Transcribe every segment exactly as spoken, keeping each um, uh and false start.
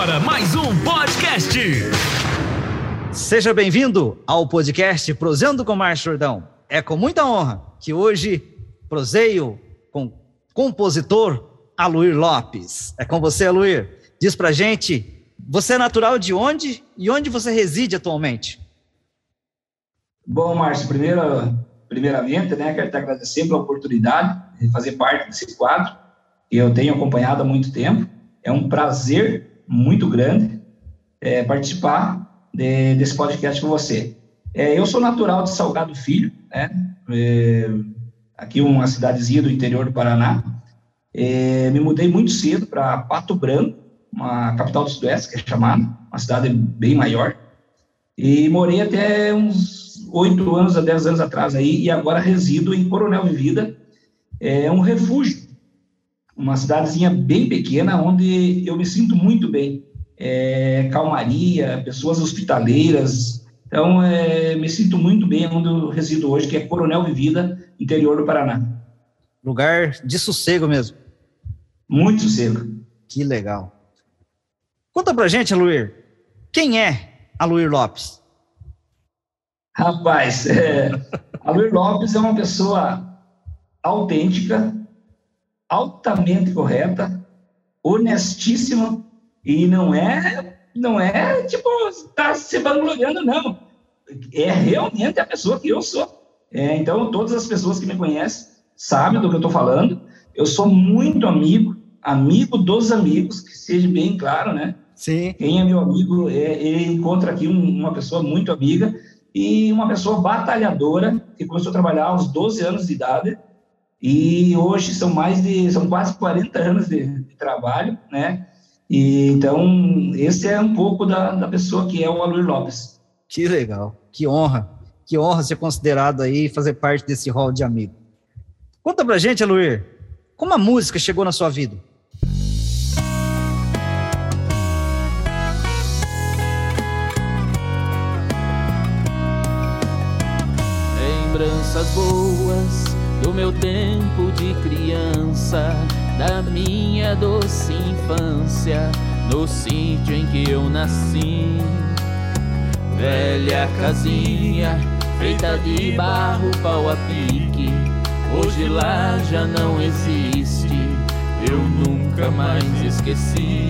agora mais um podcast. Seja bem-vindo ao podcast Prosendo com Márcio Jordão. É com muita honra que hoje proseio com compositor Aluir Lopes. É com você, Aluir. Diz pra gente, você é natural de onde e onde você reside atualmente? Bom, Márcio, primeiro, primeiramente, né, quero te agradecer pela oportunidade de fazer parte desse quadro que eu tenho acompanhado há muito tempo. É um prazer muito grande é, participar de, desse podcast com você. É, eu sou natural de Salgado Filho, né, é, aqui uma cidadezinha do interior do Paraná. É, me mudei muito cedo para Pato Branco, uma capital do Sudoeste, que é chamada, uma cidade bem maior, e morei até uns oito anos a dez anos atrás aí, e agora resido em Coronel Vivida, é um refúgio, uma cidadezinha bem pequena, onde eu me sinto muito bem, é, calmaria, pessoas hospitaleiras, então é, me sinto muito bem onde eu resido hoje, que é Coronel Vivida, interior do Paraná. Lugar de sossego mesmo. Muito sossego. Que legal. Conta pra gente, Aluir, quem é Aluir Lopes? Rapaz, é, Aluir Lopes é uma pessoa autêntica, altamente correta, honestíssima, e não é, não é tipo, tá se vangloriando, não. É realmente a pessoa que eu sou. É, então, todas as pessoas que me conhecem sabem do que eu estou falando. Eu sou muito amigo, amigo dos amigos, que seja bem claro, né? Sim. Quem é meu amigo, é, ele encontra aqui um, uma pessoa muito amiga e uma pessoa batalhadora, que começou a trabalhar aos doze anos de idade, e hoje são mais de, são quase quarenta anos de, de trabalho, né? E, então, esse é um pouco da, da pessoa que é o Aluir Lopes. Que legal, que honra, que honra ser considerado aí e fazer parte desse hall de amigo. Conta pra gente, Aluir, como a música chegou na sua vida? Lembranças boas do meu tempo de criança, da minha doce infância, no sítio em que eu nasci. Velha casinha feita de barro, pau a pique, hoje lá já não existe, eu nunca mais esqueci.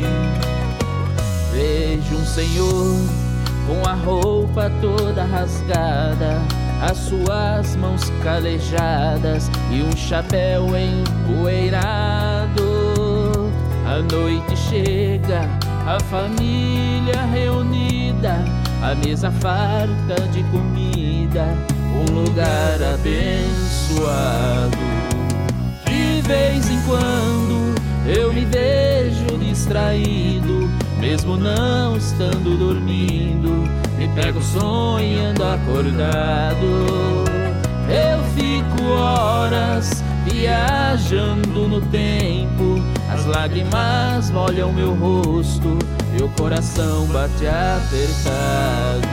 Vejo um senhor com a roupa toda rasgada, as suas mãos calejadas e um chapéu empoeirado. A noite chega, a família reunida, a mesa farta de comida, um lugar abençoado. De vez em quando eu me vejo distraído, mesmo não estando dormindo, me pego sonhando acordado. Eu fico horas viajando no tempo, as lágrimas molham meu rosto e o coração bate apertado.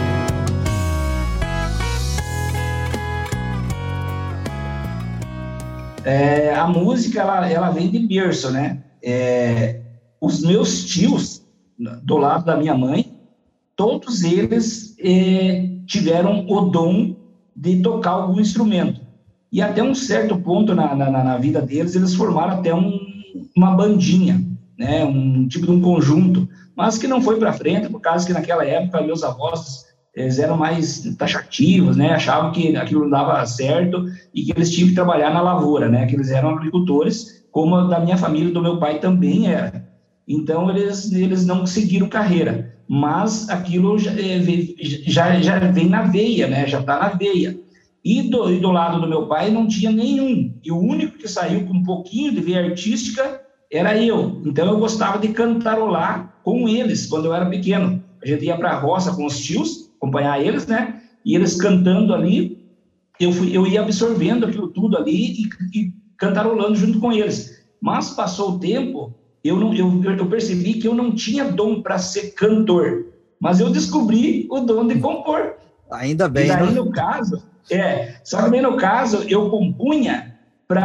É, a música, ela, ela vem de berço, né? É, os meus tios, do lado da minha mãe, todos eles é, tiveram o dom de tocar algum instrumento. E até um certo ponto na, na, na vida deles, eles formaram até um, uma bandinha, né? Um tipo de um conjunto, mas que não foi para frente, por causa que naquela época meus avós eles eram mais taxativos, né? Achavam que aquilo não dava certo e que eles tinham que trabalhar na lavoura, né? Que eles eram agricultores, como a da minha família e do meu pai também era. Então, eles, eles não seguiram carreira, mas aquilo já, já, já vem na veia, né? Já está na veia. E do, e do lado do meu pai não tinha nenhum, e o único que saiu com um pouquinho de veia artística era eu. Então, eu gostava de cantarolar com eles, quando eu era pequeno. A gente ia para a roça com os tios, acompanhar eles, né? E eles cantando ali, eu, fui, eu ia absorvendo aquilo tudo ali e, e cantarolando junto com eles. Mas passou o tempo, eu, não, eu, eu percebi que eu não tinha dom para ser cantor, mas eu descobri o dom de compor. Ainda bem, e daí, né? no caso, é, só que daí, no caso, eu compunha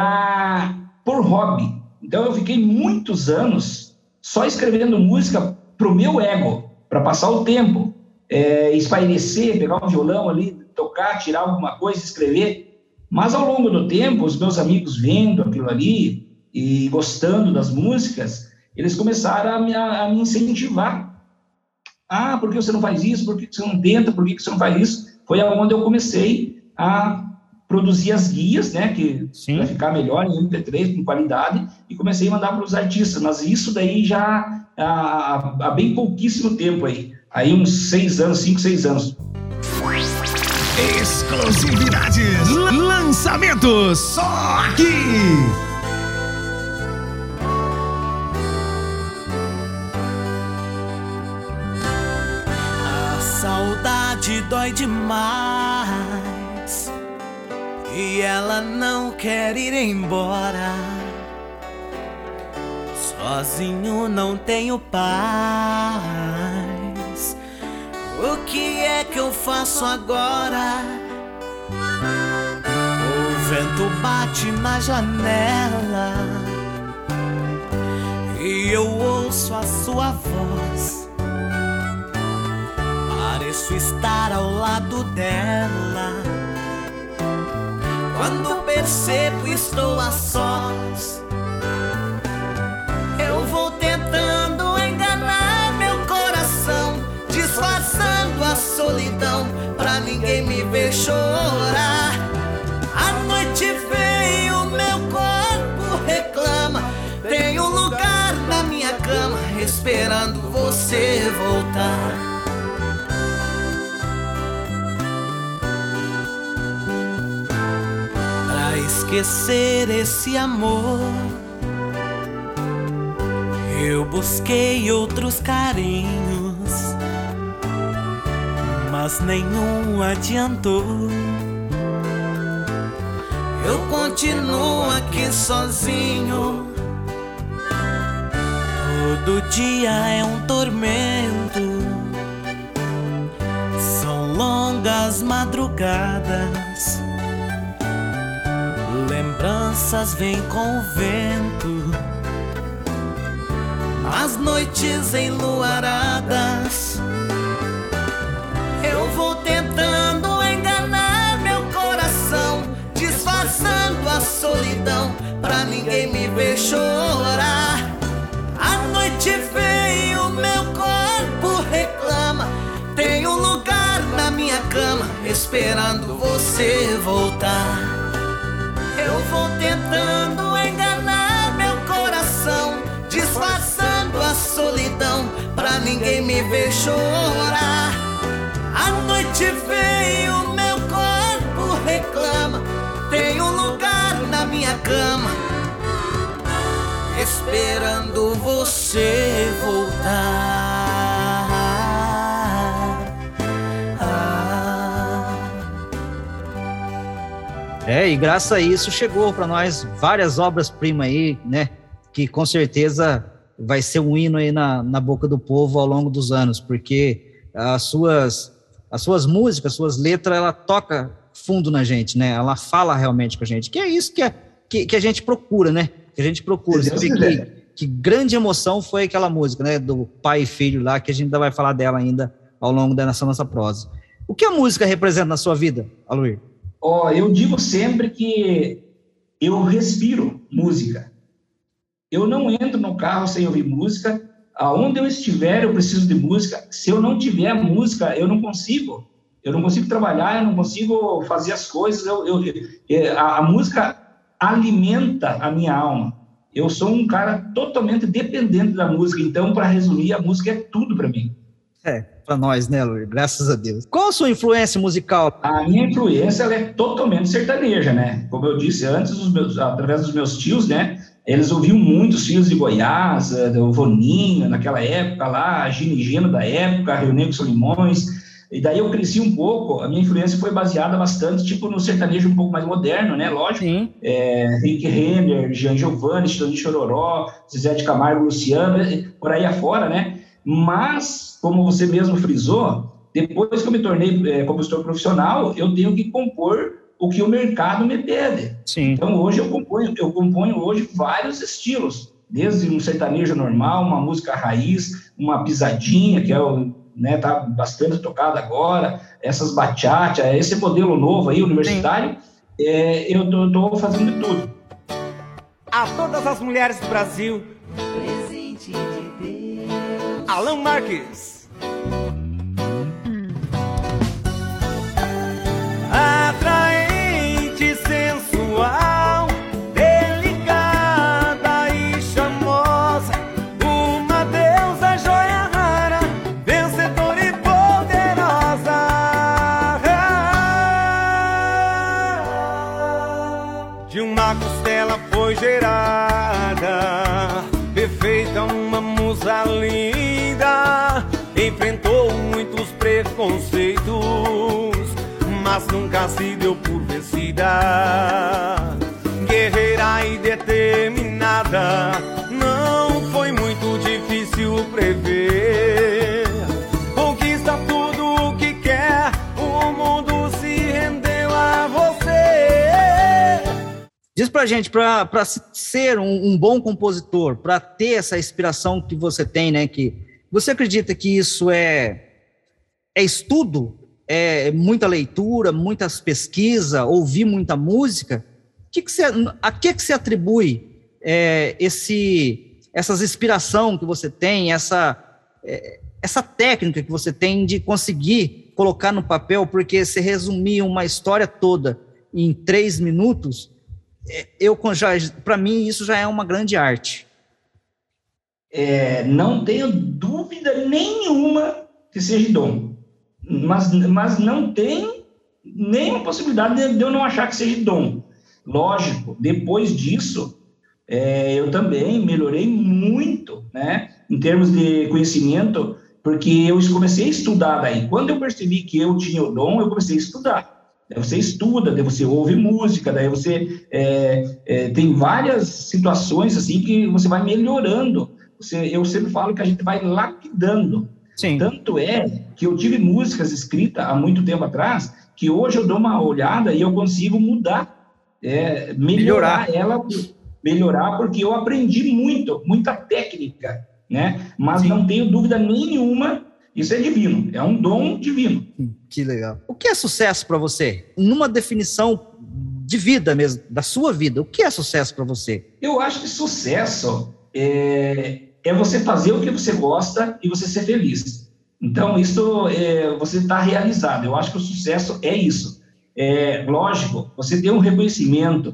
pra, por hobby. Então, eu fiquei muitos anos só escrevendo música para o meu ego, para passar o tempo, é, espairecer, pegar um violão ali, tocar, tirar alguma coisa, escrever. Mas ao longo do tempo, os meus amigos vendo aquilo ali e gostando das músicas, eles começaram a me, a me incentivar. Ah, por que você não faz isso? Por que você não tenta? Por que você não faz isso? Foi onde eu comecei a produzir as guias, né, que vai ficar melhor em M P três, com qualidade, e comecei a mandar para os artistas. Mas isso daí já há, há bem pouquíssimo tempo aí. Aí uns seis anos, cinco, seis anos. Exclusividades, lançamentos, só aqui! A saudade dói demais e ela não quer ir embora. Sozinho não tenho paz. O que é que eu faço agora? O vento bate na janela e eu ouço a sua voz. Pareço estar ao lado dela. Quando percebo estou a sós, eu vou tentando enganar meu coração, disfarçando a solidão, pra ninguém me ver chorar. A noite vem, o meu corpo reclama, tem um lugar na minha cama, esperando você voltar. Pra esquecer esse amor, eu busquei outros carinhos, mas nenhum adiantou. Eu continuo aqui sozinho. Todo dia é um tormento. São longas madrugadas, lembranças vêm com o vento. As noites enluaradas, eu vou tentando enganar meu coração, disfarçando a solidão, pra ninguém me ver chorar. A noite vem, o meu corpo reclama, tem um lugar na minha cama, esperando você voltar. Eu vou tentando enganar meu coração, disfarçando a solidão, pra ninguém me ver chorar. A noite vem, o meu corpo reclama, tem um lugar na minha cama, esperando você voltar. Ah. É, e graças a isso chegou para nós várias obras-primas aí, né? Que com certeza vai ser um hino aí na, na boca do povo ao longo dos anos, porque as suas, as suas músicas, as suas letras, ela toca fundo na gente, né? Ela fala realmente com a gente, que é isso que, é, que, que a gente procura, né? Que a gente procura. Você vê que, que grande emoção foi aquela música, né? Do pai e filho lá, que a gente ainda vai falar dela ainda ao longo dessa nossa prosa. O que a música representa na sua vida, Aluir? Ó, oh, eu digo sempre que eu respiro música. Eu não entro no carro sem ouvir música. Aonde eu estiver, eu preciso de música. Se eu não tiver música, eu não consigo. Eu não consigo trabalhar, eu não consigo fazer as coisas. Eu, eu, eu, a, a música alimenta a minha alma. Eu sou um cara totalmente dependente da música. Então, para resumir, a música é tudo para mim. É, para nós, né, Luiz? Graças a Deus. Qual a sua influência musical? A minha influência ela é totalmente sertaneja, né? Como eu disse antes, os meus, através dos meus tios, né? Eles ouviam muito os Filhos de Goiás, o Voninho, naquela época lá, a Gino e Gino da época, Rio Negro e Solimões. E daí eu cresci um pouco, a minha influência foi baseada bastante, tipo, no sertanejo um pouco mais moderno, né? Lógico. Sim. É, Rick Renner, Jean Giovanni, Chitãozinho Chororó, Zezé de Camargo, Luciano, por aí afora, né? Mas, como você mesmo frisou, depois que eu me tornei é, compositor profissional, eu tenho que compor o que o mercado me pede. Sim. Então, hoje eu componho, eu componho hoje vários estilos. desde um sertanejo normal, uma música raiz, uma pisadinha, que é o, né, tá bastante tocado agora, essas bachata, esse modelo novo aí, universitário, é, eu tô, tô fazendo de tudo. A todas as mulheres do Brasil, Presente de Deus. Alan Marques. Atraente, sensual, delicada e charmosa, uma deusa joia rara, vencedora e poderosa. De uma costela foi gerada, perfeita, uma musa linda, enfrentou muitos preconceitos, mas nunca se deu por vencida. Guerreira e determinada, não foi muito difícil prever. Conquista tudo o que quer, o mundo se rendeu a você. Diz pra gente, pra, pra ser um, um bom compositor, pra ter essa inspiração que você tem, né? Que você acredita que isso é, é estudo? É muita leitura, muitas pesquisas, ouvir muita música? Que que você, a que, que você atribui é, esse, essas inspiração que você tem, essa, é, essa técnica que você tem de conseguir colocar no papel? Porque se resumir uma história toda em três minutos, eu já, para mim isso já é uma grande arte. É, não tenho dúvida nenhuma que seja dom, mas, mas não tem nenhuma possibilidade de, de eu não achar que seja dom. Lógico, depois disso, é, eu também melhorei muito, né, em termos de conhecimento, porque eu comecei a estudar daí. Quando eu percebi que eu tinha o dom, eu comecei a estudar. Daí você estuda, daí você ouve música, daí você é, é, tem várias situações assim que você vai melhorando. Você, eu sempre falo que a gente vai lapidando. Sim. Tanto é que eu tive músicas escritas há muito tempo atrás, que hoje eu dou uma olhada e eu consigo mudar, é, melhorar, melhorar ela, melhorar, porque eu aprendi muito, muita técnica, né? Mas Sim. não tenho dúvida nenhuma, isso é divino, é um dom divino. Que legal. O que é sucesso para você? Numa definição de vida mesmo, da sua vida, o que é sucesso para você? Eu acho que sucesso é, é você fazer o que você gosta e você ser feliz. Então, isso, é, você está realizado. Eu acho que o sucesso é isso. É, lógico, você ter um reconhecimento,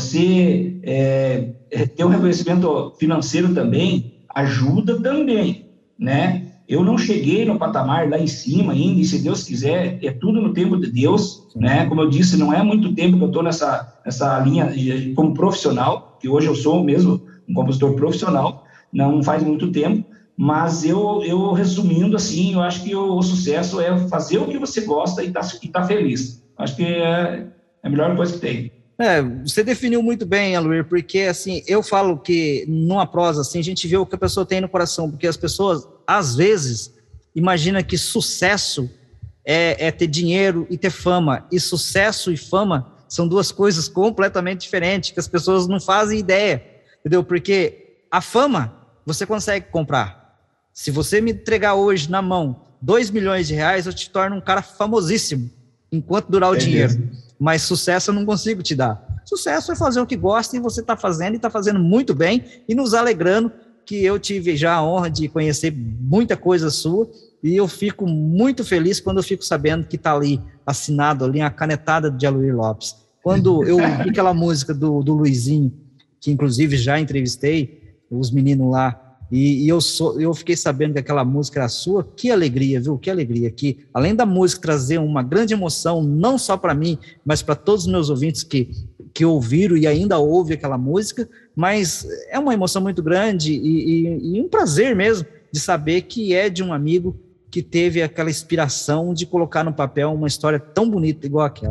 você é, ter um reconhecimento financeiro também, ajuda também, né? Eu não cheguei no patamar lá em cima ainda, e se Deus quiser, é tudo no tempo de Deus, né? Como eu disse, não é muito tempo que eu estou nessa, nessa linha como profissional, que hoje eu sou mesmo um compositor profissional, não faz muito tempo, mas eu, eu resumindo assim, eu acho que o, o sucesso é fazer o que você gosta e tá, e tá feliz. Acho que é, é a melhor coisa que tem. É, você definiu muito bem, Aluir, porque assim, eu falo que numa prosa assim, a gente vê o que a pessoa tem no coração, porque as pessoas, às vezes, imaginam que sucesso é, é ter dinheiro e ter fama, e sucesso e fama são duas coisas completamente diferentes, que as pessoas não fazem ideia, entendeu? Porque a fama, você consegue comprar. Se você me entregar hoje na mão dois milhões de reais, eu te torno um cara famosíssimo, enquanto durar o é dinheiro. Mesmo. Mas sucesso eu não consigo te dar. Sucesso é fazer o que gosta e você está fazendo, e está fazendo muito bem, e nos alegrando que eu tive já a honra de conhecer muita coisa sua, e eu fico muito feliz quando eu fico sabendo que está ali, assinado ali, a canetada de Aluir Lopes. Quando eu vi aquela música do, do Luizinho, que inclusive já entrevistei os meninos lá, E, e eu, sou, eu fiquei sabendo que aquela música era sua. Que alegria, viu? Que alegria. Que, além da música trazer uma grande emoção, não só para mim, mas para todos os meus ouvintes que, que ouviram e ainda ouvem aquela música, mas é uma emoção muito grande e, e, e um prazer mesmo de saber que é de um amigo que teve aquela inspiração de colocar no papel uma história tão bonita igual aquela.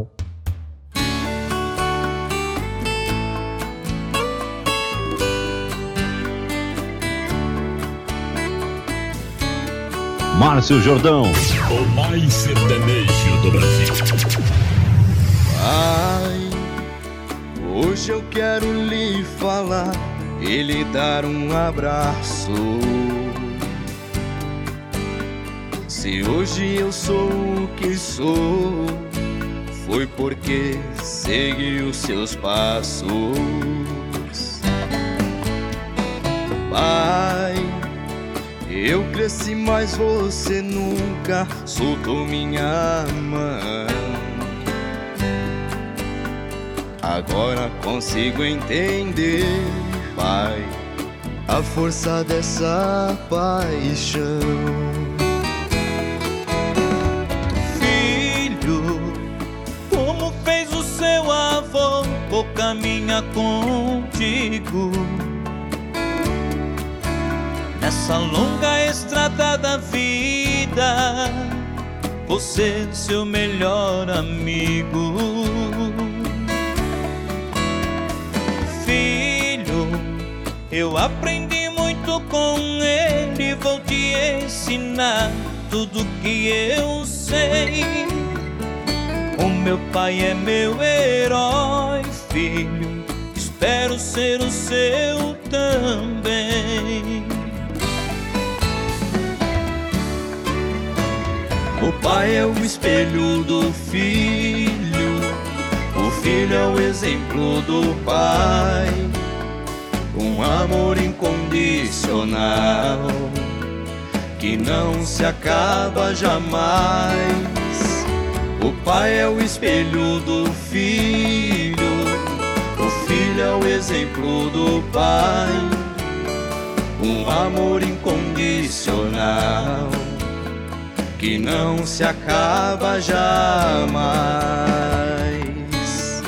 Márcio Jordão, o mais sertanejo do Brasil. Ai, hoje eu quero lhe falar e lhe dar um abraço. Se hoje eu sou o que sou, foi porque segui os seus passos. Pai, eu cresci, mas você nunca soltou minha mão. Agora consigo entender, Pai, a força dessa paixão. Filho, como fez o seu avô, vou caminhar contigo nessa longa estrada da vida, você seu melhor amigo. Filho, eu aprendi muito com ele, vou te ensinar tudo que eu sei. O meu pai é meu herói, filho, espero ser o seu também. O pai é o espelho do filho, o filho é o exemplo do pai. Um amor incondicional que não se acaba jamais. O pai é o espelho do filho, o filho é o exemplo do pai. Um amor incondicional que não se acaba jamais.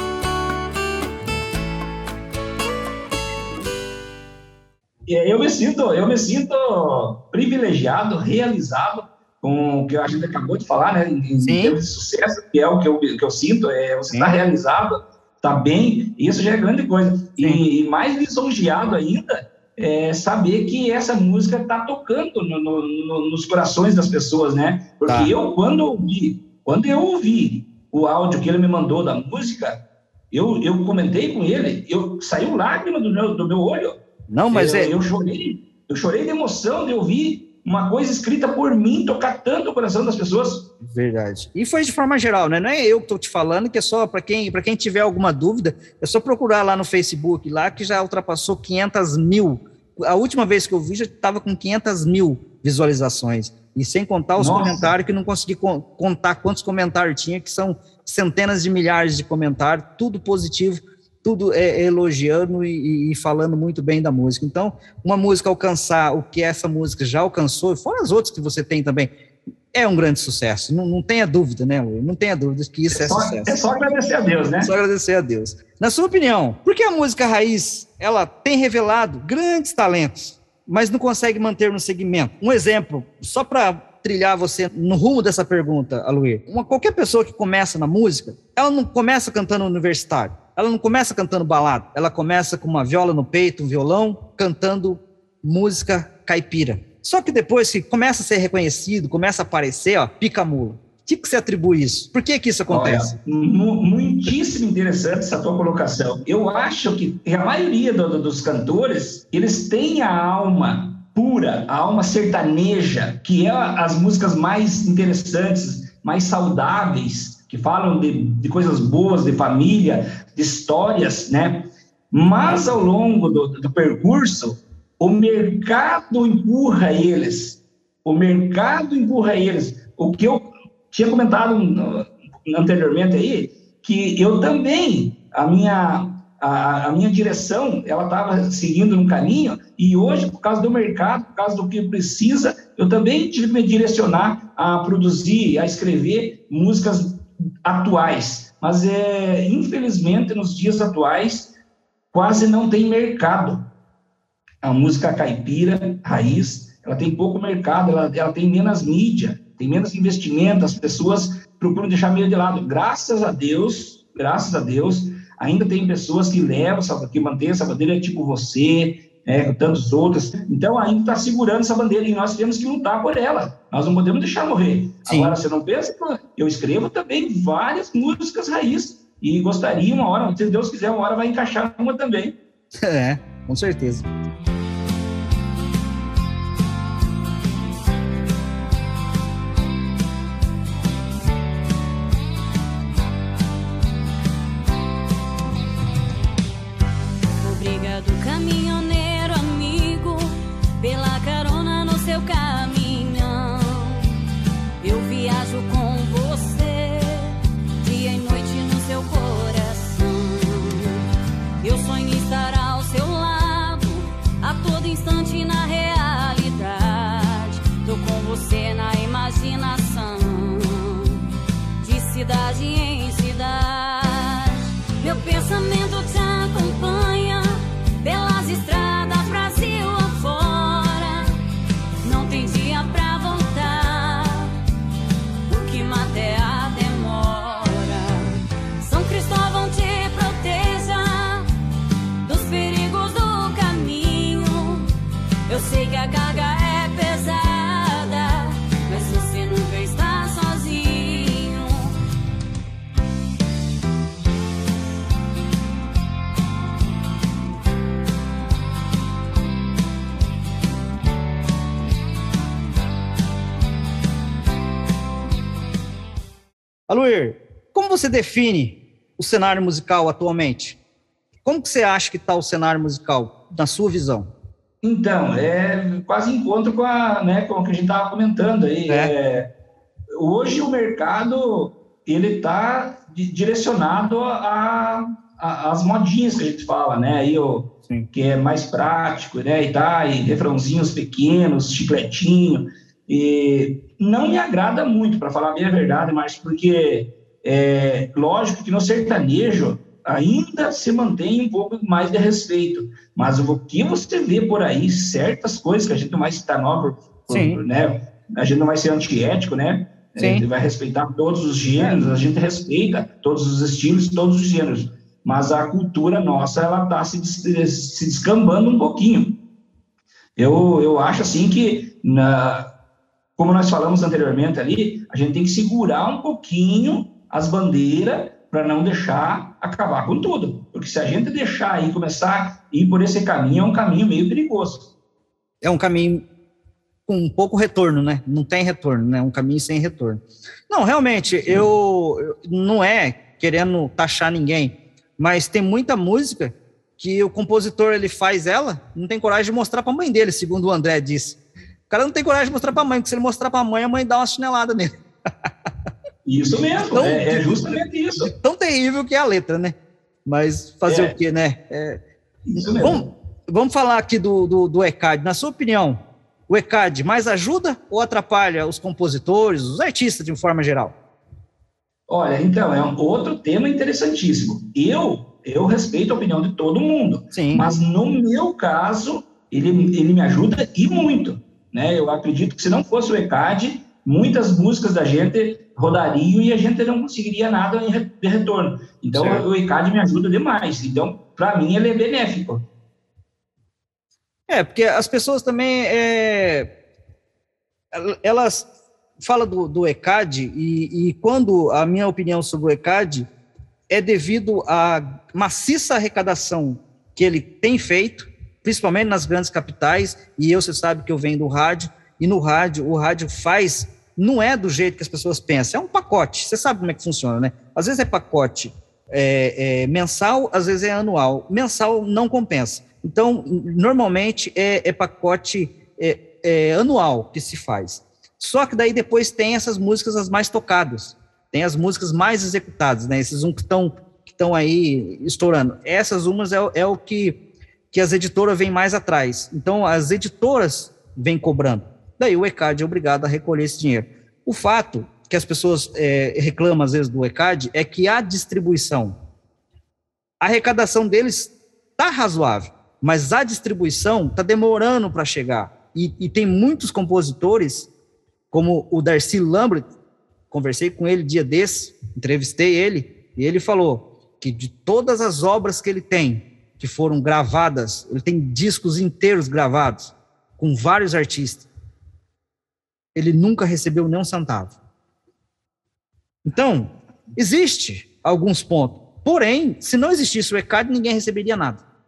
Eu me sinto, eu me sinto privilegiado, realizado com o que a gente acabou de falar, né? Em, em termos de sucesso, que é o que eu, que eu sinto, é você estar tá realizado, tá bem, isso já é grande coisa. E, e mais lisonjeado ainda, É saber que essa música está tocando no, no, no, nos corações das pessoas, né? Porque tá. eu, quando ouvi, quando eu ouvi o áudio que ele me mandou da música, eu, eu comentei com ele, eu saiu lágrima do meu, do meu olho. Não, mas eu, é... eu chorei, eu chorei de emoção de ouvir uma coisa escrita por mim, tocar tanto o coração das pessoas. Verdade. E foi de forma geral, né? Não é eu que estou te falando, que é só para quem, para quem tiver alguma dúvida, é só procurar lá no Facebook, lá que já ultrapassou quinhentas mil. A última vez que eu vi já estava com quinhentas mil visualizações. E sem contar os Nossa. comentários, que não consegui con- contar quantos comentários tinha, que são centenas de milhares de comentários, tudo positivo, tudo é, elogiando e, e falando muito bem da música. Então, uma música alcançar o que essa música já alcançou, fora as outras que você tem também, é um grande sucesso. Não, não tenha dúvida, né, Lu? Não tenha dúvida que isso é, é só, sucesso. É só agradecer a Deus, né? Só agradecer a Deus. Na sua opinião, por que a música raiz, ela tem revelado grandes talentos, mas não consegue manter no segmento? Um exemplo, só para trilhar você no rumo dessa pergunta, Aluir. Uma, qualquer pessoa que começa na música, ela não começa cantando universitário, ela não começa cantando balada, ela começa com uma viola no peito, um violão, cantando música caipira. Só que depois que começa a ser reconhecido, começa a aparecer, ó, pica a mula. O que, que você atribui isso? Por que que isso acontece? Olha, muitíssimo interessante essa tua colocação. Eu acho que a maioria do, do, dos cantores, eles têm a alma pura, a alma sertaneja, que é as músicas mais interessantes, mais saudáveis, que falam de, de coisas boas, de família, de histórias, né? Mas ao longo do, do percurso, o mercado empurra eles, o mercado empurra eles. O que eu tinha comentado anteriormente aí, que eu também, a minha, a, a minha direção, ela estava seguindo um caminho, e hoje, por causa do mercado, por causa do que precisa, eu também tive que me direcionar a produzir, a escrever músicas atuais. Mas, é, infelizmente, nos dias atuais, quase não tem mercado. A música caipira, raiz, ela tem pouco mercado, ela, ela tem menos mídia, tem menos investimento, as pessoas procuram deixar meio de lado. Graças a Deus, graças a Deus, ainda tem pessoas que levam, que mantêm essa bandeira, tipo você, é, tantos outros. Então, ainda está segurando essa bandeira e nós temos que lutar por ela. Nós não podemos deixar morrer. Sim. Agora, você não pensa? Eu escrevo também várias músicas raiz e gostaria uma hora, se Deus quiser, uma hora vai encaixar uma também. É. com certeza. Obrigado, caminhoneiro amigo, pela carona no seu caminhão. Eu viajo com você, dia e noite no seu coração. Eu sonho em estar ao seu lado, a todo instante na realidade. Tô com você na imaginação, de cidade em cidade. Meu pensamento te acompanha pelas estradas, Brasil afora. Não tem dia pra voltar, o que mata é a demora. São Cristóvão te proteja dos perigos do caminho. Eu sei que a carga é pesada, mas você nunca está sozinho. Aluir, como você define o cenário musical atualmente? Como que você acha que está o cenário musical, na sua visão? Então, é quase encontro com, a, né, com o que a gente estava comentando aí. É. É, hoje o mercado ele está direcionado às modinhas que a gente fala, né? Aí, o, que é mais prático, né? E, tá, e refrãozinhos pequenos, chicletinho. E não me agrada muito, para falar bem a verdade, mas porque é lógico que no sertanejo ainda se mantém um pouco mais de respeito, mas o que você vê por aí, certas coisas que a gente não vai citar nova, né? A gente não vai ser antiético, né? A gente vai respeitar todos os gêneros, a gente respeita todos os estilos, todos os gêneros, mas a cultura nossa, ela está se, se descambando um pouquinho. Eu, eu acho assim que, na, como nós falamos anteriormente ali, a gente tem que segurar um pouquinho as bandeiras para não deixar acabar com tudo. Porque se a gente deixar aí, começar a ir por esse caminho, é um caminho meio perigoso. É um caminho com um pouco retorno, né? Não tem retorno, né? Um caminho sem retorno. Não, realmente, eu, eu não é querendo taxar ninguém, mas tem muita música que o compositor, ele faz ela, não tem coragem de mostrar para a mãe dele, segundo o André disse. O cara não tem coragem de mostrar para a mãe, porque se ele mostrar para a mãe, a mãe dá uma chinelada nele. Isso mesmo, tão, é, é justamente isso. Tão terrível que é a letra, né? Mas fazer é. o quê, né? É, isso mesmo. Vamos, vamos falar aqui do, do, do E C A D. Na sua opinião, o E C A D mais ajuda ou atrapalha os compositores, os artistas de uma forma geral? Olha, então, é um outro tema interessantíssimo. Eu, eu respeito a opinião de todo mundo, Sim. Mas no meu caso, ele, ele me ajuda e muito, né? Eu acredito que se não fosse o E C A D, muitas músicas da gente rodariam e a gente não conseguiria nada de retorno. Então, certo. O E C A D me ajuda demais. Então, para mim, ele é benéfico. É, porque as pessoas também, é, elas falam do, do E C A D e, e quando a minha opinião sobre o E C A D é devido à maciça arrecadação que ele tem feito, principalmente nas grandes capitais, e eu, você sabe que eu venho do rádio, e no rádio, o rádio faz, não é do jeito que as pessoas pensam, é um pacote, você sabe como é que funciona, né? Às vezes é pacote é, é, mensal, às vezes é anual, mensal não compensa. Então, normalmente é, é pacote é, é, anual que se faz. Só que daí depois tem essas músicas as mais tocadas, tem as músicas mais executadas, né? Esses um que estão que estão aí estourando. Essas umas é, é o que, que as editoras vêm mais atrás. Então, as editoras vêm cobrando. Daí o E C A D é obrigado a recolher esse dinheiro. O fato que as pessoas é, reclamam às vezes do E C A D é que a distribuição, a arrecadação deles está razoável, mas a distribuição está demorando para chegar. E, e tem muitos compositores, como o Darcy Lambert, conversei com ele dia desse, entrevistei ele, e ele falou que de todas as obras que ele tem, que foram gravadas, ele tem discos inteiros gravados, com vários artistas, ele nunca recebeu nem um centavo. Então, existe alguns pontos. Porém, se não existisse o E C A D, ninguém receberia nada.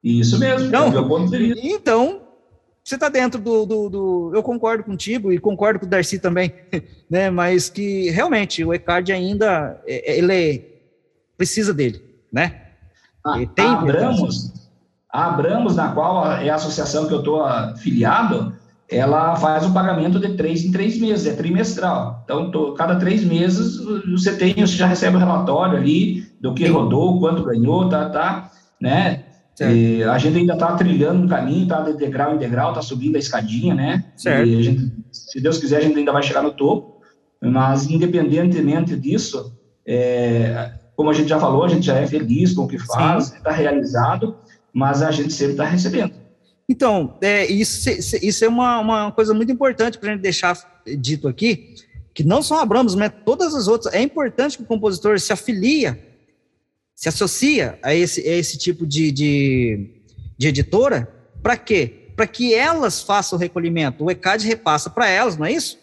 Isso mesmo. Então, é o meu ponto de vista. Então você está dentro do, do, do... Eu concordo contigo e concordo com o Darcy também, né? Mas que realmente o E C A D ainda ele é, precisa dele, né? A, ele tem a Abramos, a Abramos, na qual é a associação que eu estou afiliado, ela faz o pagamento de três em três meses, é trimestral. Então, tô, cada três meses você tem, você já recebe o relatório ali do que rodou, quanto ganhou, tá, tá, né? E a gente ainda está trilhando um caminho, tá de degrau em degrau, está subindo a escadinha, né? Certo. E a gente, se Deus quiser, a gente ainda vai chegar no topo. Mas, independentemente disso, é, como a gente já falou, a gente já é feliz com o que faz, está realizado, mas a gente sempre está recebendo. Então, é, isso, isso é uma, uma coisa muito importante para a gente deixar dito aqui, que não só a Abramos, mas todas as outras. É importante que o compositor se afilia, se associa a esse, a esse tipo de, de, de editora, para quê? Para que elas façam o recolhimento. O E C A D repassa para elas, não é isso?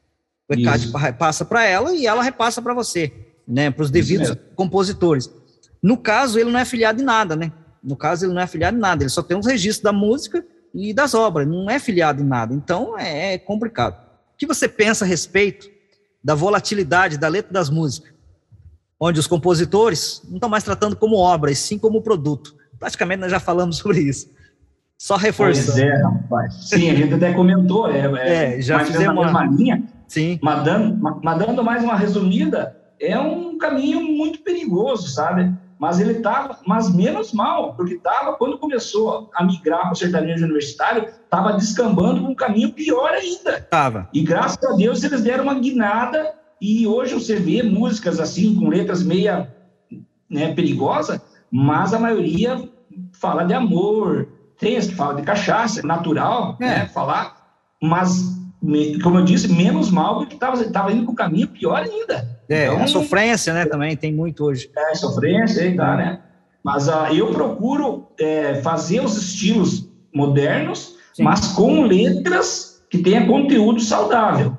O E C A D isso. repassa para ela e ela repassa para você, né? Para os devidos compositores. No caso, ele não é afiliado em nada, né? No caso, ele não é afiliado em nada, ele só tem os registros da música e das obras, não é afiliado em nada. Então, é complicado. O que você pensa a respeito da volatilidade da letra das músicas, onde os compositores não estão mais tratando como obra, e sim como produto? Praticamente nós já falamos sobre isso. Só reforçando. Pois é, rapaz. Sim, a gente até comentou, é, é, já fizemos uma mesma linha, sim. Mas dando, mas dando mais uma resumida, é um caminho muito perigoso, sabe? Mas ele estava, mas menos mal, porque estava, quando começou a migrar para o sertanejo universitário, estava descambando para um caminho pior ainda. Tava. E graças a Deus eles deram uma guinada, e hoje você vê músicas assim, com letras meia, né, perigosa, mas a maioria fala de amor, tem as que falam de cachaça, natural, é. né, falar, mas, como eu disse, menos mal, porque estava indo para o caminho pior ainda. É, então, a sofrência, né, também tem muito hoje. É, sofrência, aí tá, né? Mas uh, eu procuro é, fazer os estilos modernos, sim, mas com letras que tenha conteúdo saudável,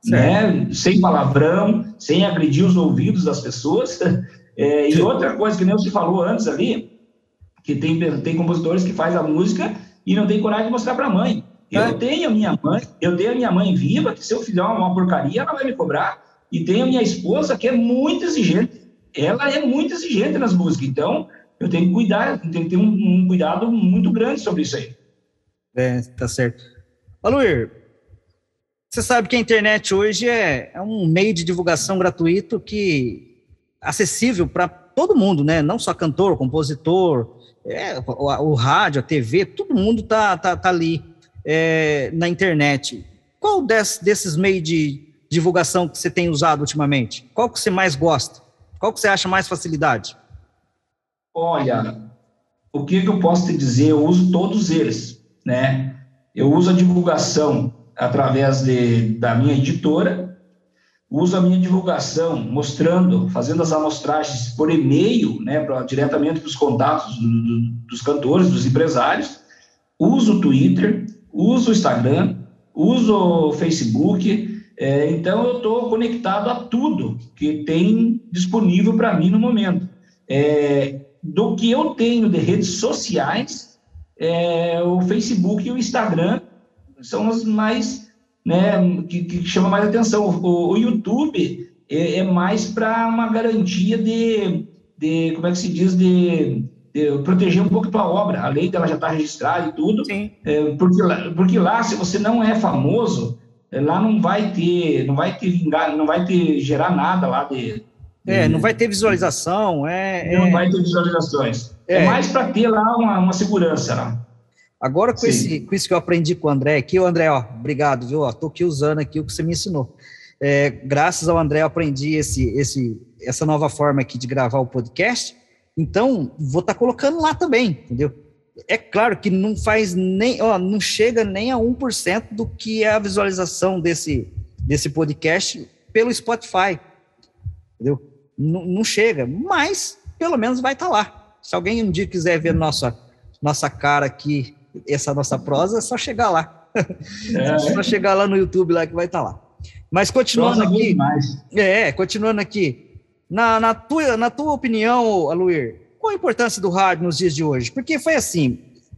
né? Sem palavrão, sem agredir os ouvidos das pessoas. É, e outra coisa que nem você falou antes ali, que tem, tem compositores que fazem a música e não tem coragem de mostrar para a mãe. Eu é. tenho a minha mãe, eu tenho a minha mãe viva, que se eu fizer uma porcaria, ela vai me cobrar. E tenho a minha esposa, que é muito exigente. Ela é muito exigente nas músicas. Então, eu tenho que cuidar, tenho que ter um, um cuidado muito grande sobre isso aí. É, tá certo. Aluir, você sabe que a internet hoje é, é um meio de divulgação gratuito que acessível para todo mundo, né? Não só cantor, compositor, é, o, o rádio, a T V, todo mundo tá, tá, tá ali é, na internet. Qual desse, desses meios de divulgação que você tem usado ultimamente? Qual que você mais gosta? Qual que você acha mais facilidade? Olha, o que, que eu posso te dizer? Eu uso todos eles, né? Eu uso a divulgação através de, da minha editora, uso a minha divulgação mostrando, fazendo as amostragens por e-mail, né, pra, diretamente para os contatos do, do, dos cantores, dos empresários, uso o Twitter, uso o Instagram, uso o Facebook. É, então, eu estou conectado a tudo que tem disponível para mim no momento. É, do que eu tenho de redes sociais, é, o Facebook e o Instagram são os mais, né, que, que chamam mais atenção. O, o YouTube é, é mais para uma garantia de, de, como é que se diz, de, de proteger um pouco a tua obra. A lei dela já está registrada e tudo. É, porque, lá, porque lá, se você não é famoso, lá não vai ter, não vai ter vingar, não vai ter gerar nada lá de, de é, não vai ter visualização, é, não é, vai ter visualizações. É, é mais para ter lá uma, uma segurança lá. Agora com esse, com isso que eu aprendi com o André aqui, o André, ó, obrigado, viu? Ó, tô aqui usando aqui o que você me ensinou. É, graças ao André eu aprendi esse, esse, essa nova forma aqui de gravar o podcast. Então vou estar tá colocando lá também, entendeu? É claro que não faz nem, ó, não chega nem a um por cento do que é a visualização desse, desse podcast pelo Spotify, entendeu? Não, não chega, mas pelo menos vai estar tá lá. Se alguém um dia quiser ver nossa, nossa cara aqui, essa nossa prosa, é só chegar lá. É, é só chegar lá no YouTube lá que vai estar tá lá. Mas continuando Nossa, aqui, é, continuando aqui, na, na, tua, na tua opinião, Aluir, qual a importância do rádio nos dias de hoje? Porque foi assim,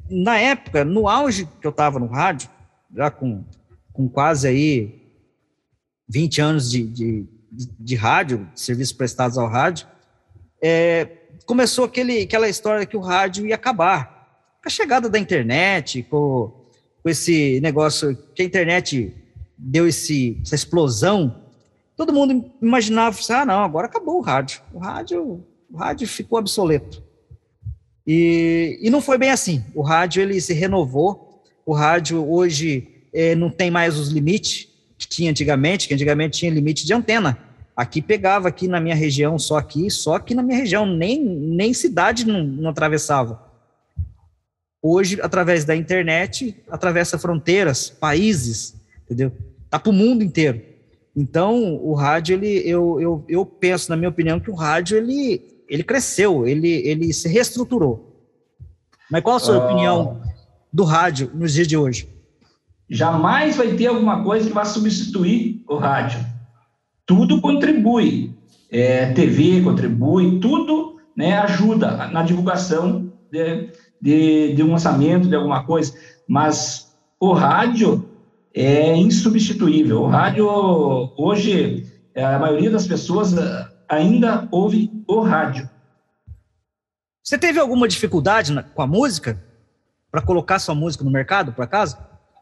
na época, no auge que eu estava no rádio, já com, com quase aí vinte anos de, de, de rádio, de serviços prestados ao rádio, é, começou aquele, aquela história que o rádio ia acabar. Com a chegada da internet, com, com esse negócio que a internet deu esse, essa explosão, todo mundo imaginava, ah, não, agora acabou o rádio. O rádio, o rádio ficou obsoleto. E, e não foi bem assim. O rádio ele se renovou. O rádio hoje é, não tem mais os limites que tinha antigamente, que antigamente tinha limite de antena. Aqui pegava, aqui na minha região, só aqui, só aqui na minha região, nem, nem cidade não, não atravessava. Hoje, através da internet, atravessa fronteiras, países, entendeu? Tá para o mundo inteiro. Então, o rádio, ele, eu, eu, eu penso, na minha opinião, que o rádio, ele, ele cresceu, ele, ele se reestruturou. Mas qual a sua uh, opinião do rádio nos dias de hoje? Jamais vai ter alguma coisa que vá substituir o rádio. Tudo contribui. É, T V contribui, tudo, né, ajuda na divulgação de, de, de um lançamento, de alguma coisa. Mas o rádio é insubstituível. O rádio, hoje, a maioria das pessoas ainda ouve o rádio. Você teve alguma dificuldade na, com a música? Para colocar sua música no mercado, por acaso?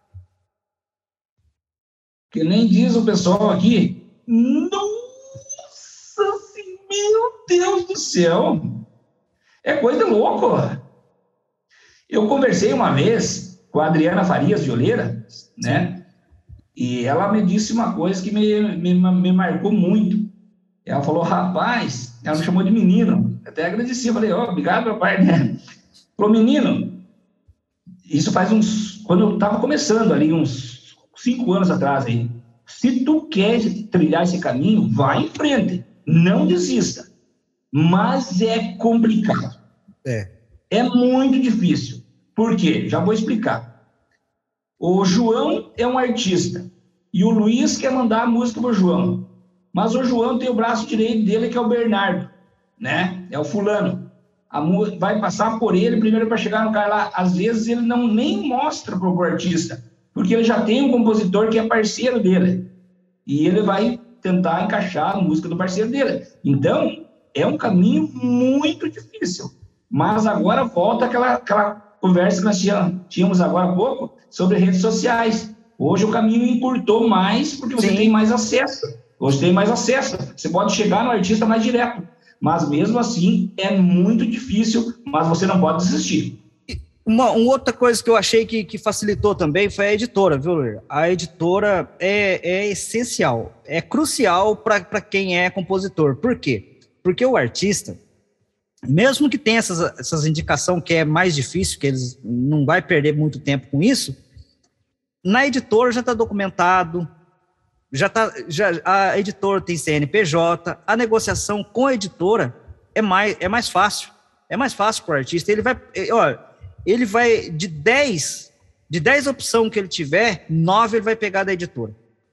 Que nem diz o pessoal aqui, nossa, meu Deus do céu, é coisa louca. Eu conversei uma vez com a Adriana Farias de Oleira, né? E ela me disse uma coisa que me, me, me marcou muito. Ela falou, rapaz, ela me chamou de menino. Até agradeci, eu falei, ó, oh, obrigado, papai, né? Falou, menino, isso faz uns, quando eu estava começando ali, uns cinco anos atrás aí, se tu quer trilhar esse caminho, vai em frente, não desista. Mas é complicado. É. É muito difícil. Por quê? Já vou explicar. O João é um artista e o Luiz quer mandar a música pro João. Mas o João tem o braço direito dele, que é o Bernardo, né? É o fulano. A música vai passar por ele primeiro para chegar no cara lá. Às vezes ele não nem mostra pro artista, porque ele já tem um compositor que é parceiro dele. E ele vai tentar encaixar a música do parceiro dele. Então, é um caminho muito difícil. Mas agora volta aquela, aquela conversa que nós tínhamos agora há pouco sobre redes sociais. Hoje o caminho encurtou mais porque você Sim. tem mais acesso. Hoje tem mais acesso. Você pode chegar no artista mais direto. Mas mesmo assim, é muito difícil, mas você não pode desistir. Uma, uma outra coisa que eu achei que, que facilitou também foi a editora, viu, Luir? A editora é, é essencial, é crucial para quem é compositor. Por quê? Porque o artista, mesmo que tenha essas, essas indicações que é mais difícil, que eles não vai perder muito tempo com isso, na editora já está documentado, já tá, já, a editora tem C N P J, a negociação com a editora é mais, é mais fácil, é mais fácil para o artista. Ele vai, olha, ele vai, de dez, de dez opções que ele tiver, nove ele vai pegar da editora.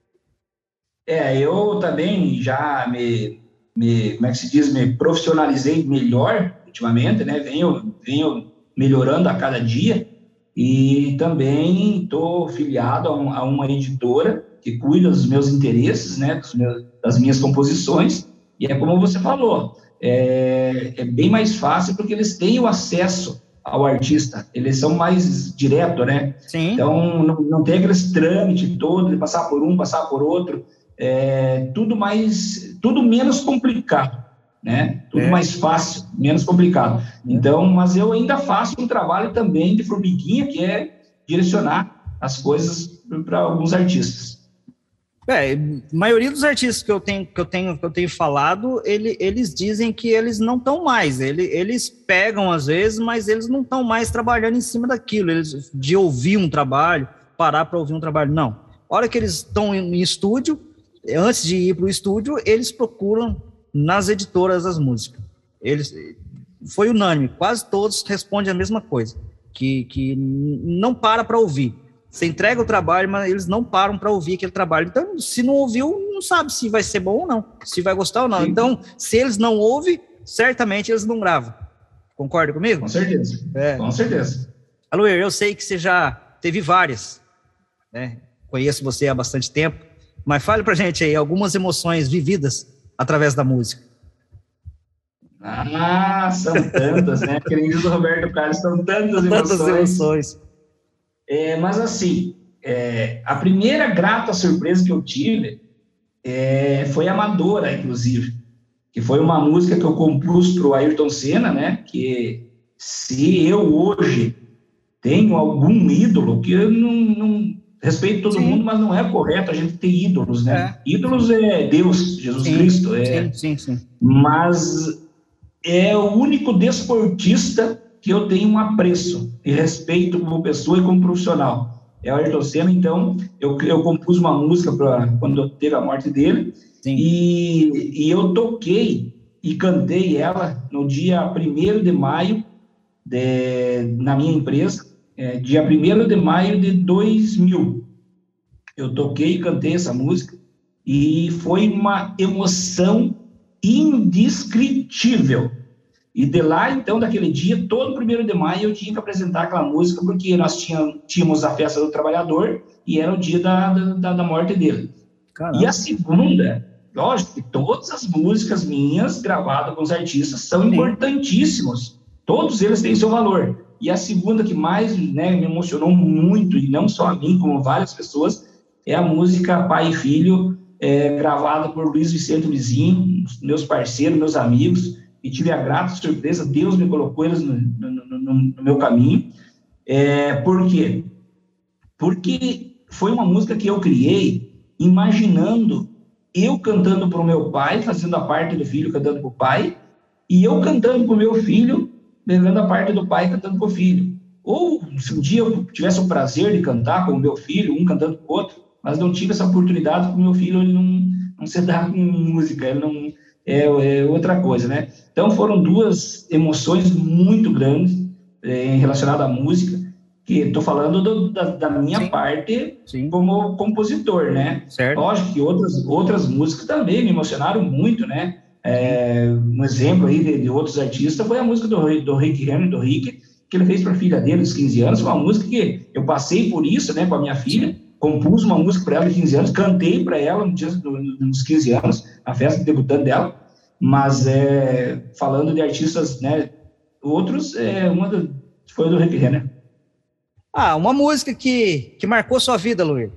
É, eu também já me, me, como é que se diz, me profissionalizei melhor ultimamente, né, venho, venho melhorando a cada dia, e também estou filiado a, um, a uma editora que cuida dos meus interesses, né, dos meus, das minhas composições, e é como você falou, é, é bem mais fácil porque eles têm o acesso ao artista, eles são mais direto, né? Sim. Então, não, não tem aqueles trâmites todo de passar por um, passar por outro, é tudo mais, tudo menos complicado, né? Tudo é. mais fácil, menos complicado. Então, mas eu ainda faço um trabalho também de formiguinha, que é direcionar as coisas para alguns artistas. É, a maioria dos artistas que eu tenho, que eu tenho, que eu tenho falado, ele, eles dizem que eles não estão mais, ele, eles pegam às vezes, mas eles não estão mais trabalhando em cima daquilo, eles, de ouvir um trabalho, parar para ouvir um trabalho, não. A hora que eles estão em, em estúdio, antes de ir para o estúdio, eles procuram nas editoras as músicas. Eles, foi unânime, quase todos respondem a mesma coisa, que, que não para para ouvir. Você entrega o trabalho, mas eles não param para ouvir aquele trabalho. Então, se não ouviu, não sabe se vai ser bom ou não, se vai gostar ou não. Sim. Então, se eles não ouvem, certamente eles não gravam. Concorda comigo? Com certeza, é. com certeza. Aloir, eu sei que você já teve várias, né? Conheço você há bastante tempo, mas fale pra gente aí algumas emoções vividas através da música. Ah, são tantas, né? Querido Roberto Carlos, são tantas emoções. Tantas emoções. É, mas assim, é, a primeira grata surpresa que eu tive é, foi Amadora, inclusive, que foi uma música que eu compus para o Ayrton Senna, né? Que se eu hoje tenho algum ídolo, que eu não, não respeito todo sim. mundo, mas não é correto a gente ter ídolos, né? É. Ídolos é Deus, Jesus sim. Cristo. É, sim, sim, sim. Mas é o único desportista que eu tenho um apreço e respeito como pessoa e como profissional. É o Ayrton Senna, então, eu, eu compus uma música pra, quando teve a morte dele, e, e eu toquei e cantei ela no dia primeiro de maio, de, na minha empresa, é, dia primeiro de maio de dois mil. Eu toquei e cantei essa música, e foi uma emoção indescritível. E de lá, então, daquele dia, todo primeiro de maio, eu tinha que apresentar aquela música, porque nós tínhamos, tínhamos a festa do trabalhador, e era o dia da, da, da morte dele. Caramba. E a segunda, lógico que todas as músicas minhas, gravadas com os artistas, são sim. importantíssimos. Todos eles têm seu valor. E a segunda que mais, né, me emocionou muito, e não só a mim, como várias pessoas, é a música Pai e Filho, é, gravada por Luiz Vicente Luizinho, meus parceiros, meus amigos, e tive a grata surpresa, Deus me colocou eles no, no, no, no meu caminho. É, por quê? Porque foi uma música que eu criei imaginando eu cantando para o meu pai, fazendo a parte do filho cantando para o pai, e eu cantando para o meu filho, pegando a parte do pai cantando para o filho. Ou se um dia eu tivesse o prazer de cantar com o meu filho, um cantando para o outro, mas não tive essa oportunidade porque o meu filho ele não, não se dá com música, ele não... É, é outra coisa, né? Então, foram duas emoções muito grandes é, relacionadas à música, que estou falando do, da, da minha sim. parte sim. como compositor, né? Certo. Lógico que outras, outras músicas também me emocionaram muito, né? É, um exemplo aí de, de outros artistas foi a música do, do Rick Henry, do Rick, que ele fez para a filha dele, dos quinze anos, uma música que eu passei por isso, né, com a minha filha, compus uma música para ela de quinze anos, cantei para ela no dia dos quinze anos, a festa de debutante dela, mas é, falando de artistas, né, outros, é, uma do, foi do Rick Renner. Ah, uma música que, que marcou sua vida, Luiz.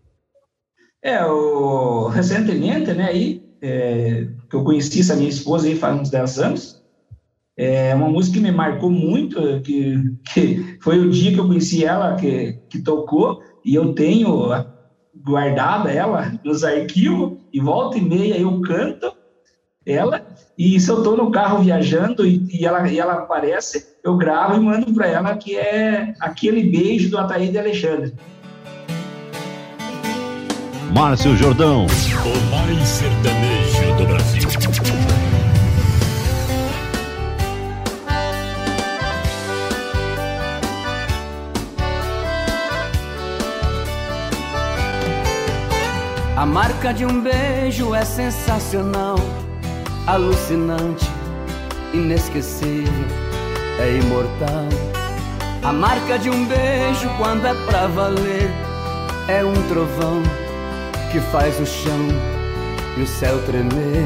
É, o, recentemente, né, aí, é, que eu conheci essa minha esposa aí faz uns dez anos, é uma música que me marcou muito, que, que foi o dia que eu conheci ela, que, que tocou, e eu tenho guardada ela nos arquivos, e volta e meia eu canto ela, e se eu estou no carro viajando e, e, ela, e ela aparece, eu gravo e mando para ela, que é Aquele Beijo do Ataíde Alexandre. Márcio Jordão, o mais sertanejo do Brasil. A marca de um beijo é sensacional, alucinante, inesquecível, é imortal. A marca de um beijo, quando é pra valer, é um trovão que faz o chão e o céu tremer.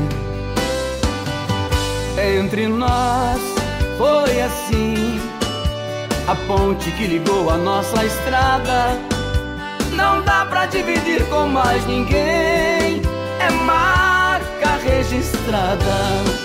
Entre nós foi assim, a ponte que ligou a nossa estrada. Não dá pra dividir com mais ninguém, é marca registrada.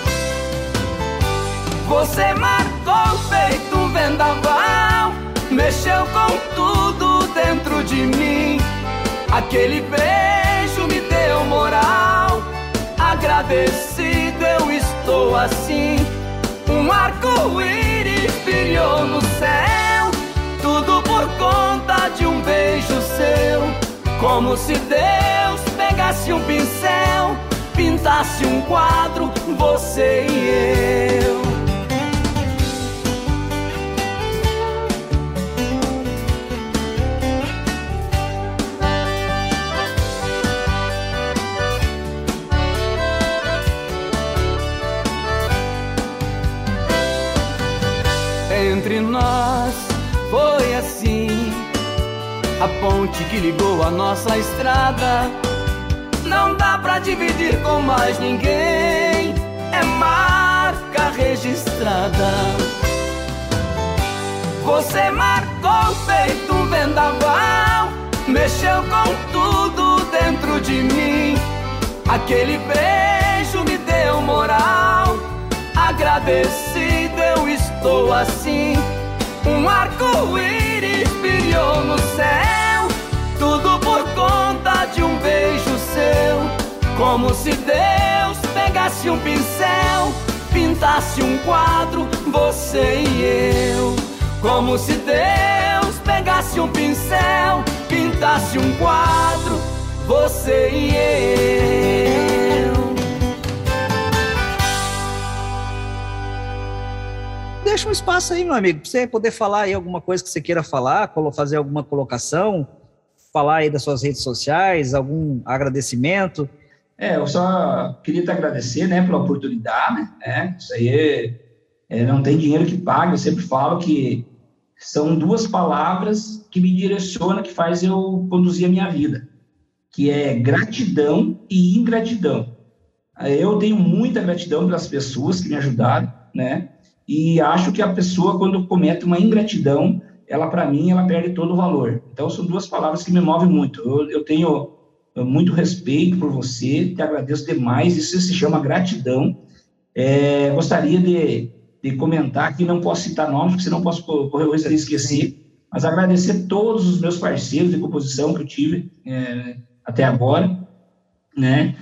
Você marcou feito um vendaval, mexeu com tudo dentro de mim. Aquele beijo me deu moral, agradecido eu estou assim. Um arco-íris brilhou no céu, tudo por conta de um beijo seu. Como se Deus pegasse um pincel, pintasse um quadro, você e eu. Entre nós foi a ponte que ligou a nossa estrada. Não dá pra dividir com mais ninguém, é marca registrada. Você marcou feito um vendaval, mexeu com tudo dentro de mim. Aquele beijo me deu moral, agradecido eu estou assim. Um arco-íris brilhou no céu, tudo por conta de um beijo seu. Como se Deus pegasse um pincel, pintasse um quadro, você e eu. Como se Deus pegasse um pincel, pintasse um quadro, você e eu. Deixa um espaço aí, meu amigo, para você poder falar aí alguma coisa que você queira falar, fazer alguma colocação, falar aí das suas redes sociais, algum agradecimento. É, eu só queria te agradecer, né, pela oportunidade, né, isso aí é, é, não tem dinheiro que pague, eu sempre falo que são duas palavras que me direcionam, que faz eu conduzir a minha vida, que é gratidão e ingratidão. Eu tenho muita gratidão pelas pessoas que me ajudaram, né, e acho que a pessoa, quando comete uma ingratidão, ela, para mim, ela perde todo o valor. Então, são duas palavras que me movem muito. Eu, eu tenho muito respeito por você, te agradeço demais, isso se chama gratidão. É, gostaria de, de comentar que não posso citar nomes, porque senão posso correr o risco de esquecer, mas agradecer todos os meus parceiros de composição que eu tive é, até agora, né,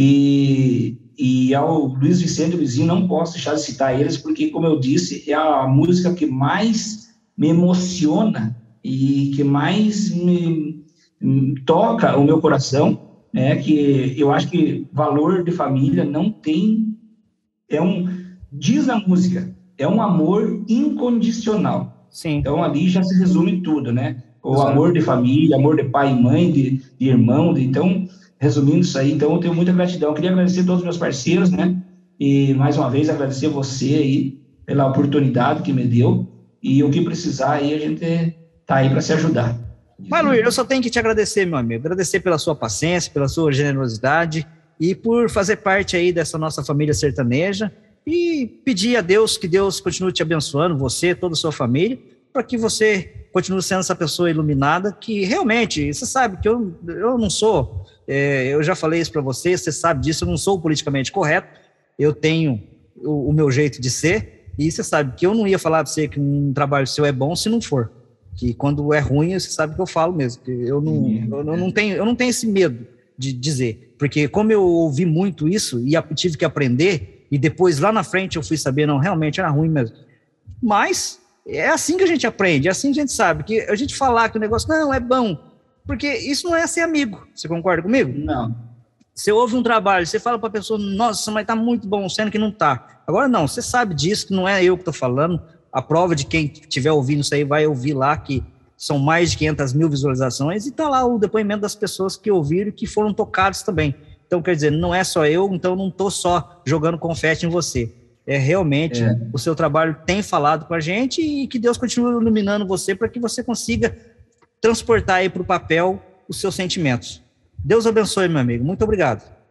e... E ao Luiz Vicente e Luizinho, não posso deixar de citar eles, porque, como eu disse, é a música que mais me emociona e que mais me, me toca o meu coração, né? Que eu acho que valor de família não tem... É um, diz a música, é um amor incondicional. Sim. Então, ali já se resume tudo, né? O Exato. Amor de família, amor de pai e mãe, de, de irmão, de, então... Resumindo isso aí, então eu tenho muita gratidão. Eu queria agradecer a todos os meus parceiros, né? E, mais uma vez, agradecer você aí pela oportunidade que me deu. E o que precisar aí, a gente tá aí para se ajudar. Mas, Luiz, eu só tenho que te agradecer, meu amigo. Agradecer pela sua paciência, pela sua generosidade e por fazer parte aí dessa nossa família sertaneja. E pedir a Deus que Deus continue te abençoando, você, toda a sua família, para que você continue sendo essa pessoa iluminada, que realmente, você sabe que eu, eu não sou... É, eu já falei isso para você, você sabe disso, eu não sou politicamente correto, eu tenho o, o meu jeito de ser, e você sabe que eu não ia falar para você que um trabalho seu é bom se não for, que quando é ruim, você sabe que eu falo mesmo, que eu não, eu, eu não, tenho, eu não tenho esse medo de dizer, porque como eu ouvi muito isso, e tive que aprender, e depois lá na frente eu fui saber, não, realmente era ruim mesmo, mas é assim que a gente aprende, é assim que a gente sabe, que a gente falar que o negócio, não, é bom, porque isso não é ser amigo. Você concorda comigo? Não. Você ouve um trabalho, você fala para a pessoa, nossa, mas tá muito bom, sendo que não tá. Agora não, você sabe disso, que não é eu que tô falando. A prova de quem estiver ouvindo isso aí vai ouvir lá que são mais de quinhentas mil visualizações e tá lá o depoimento das pessoas que ouviram e que foram tocados também. Então, quer dizer, não é só eu, então não tô só jogando confete em você. É realmente, é. O seu trabalho tem falado com a gente e que Deus continue iluminando você para que você consiga transportar aí para o papel os seus sentimentos. Deus abençoe, meu amigo. Muito obrigado.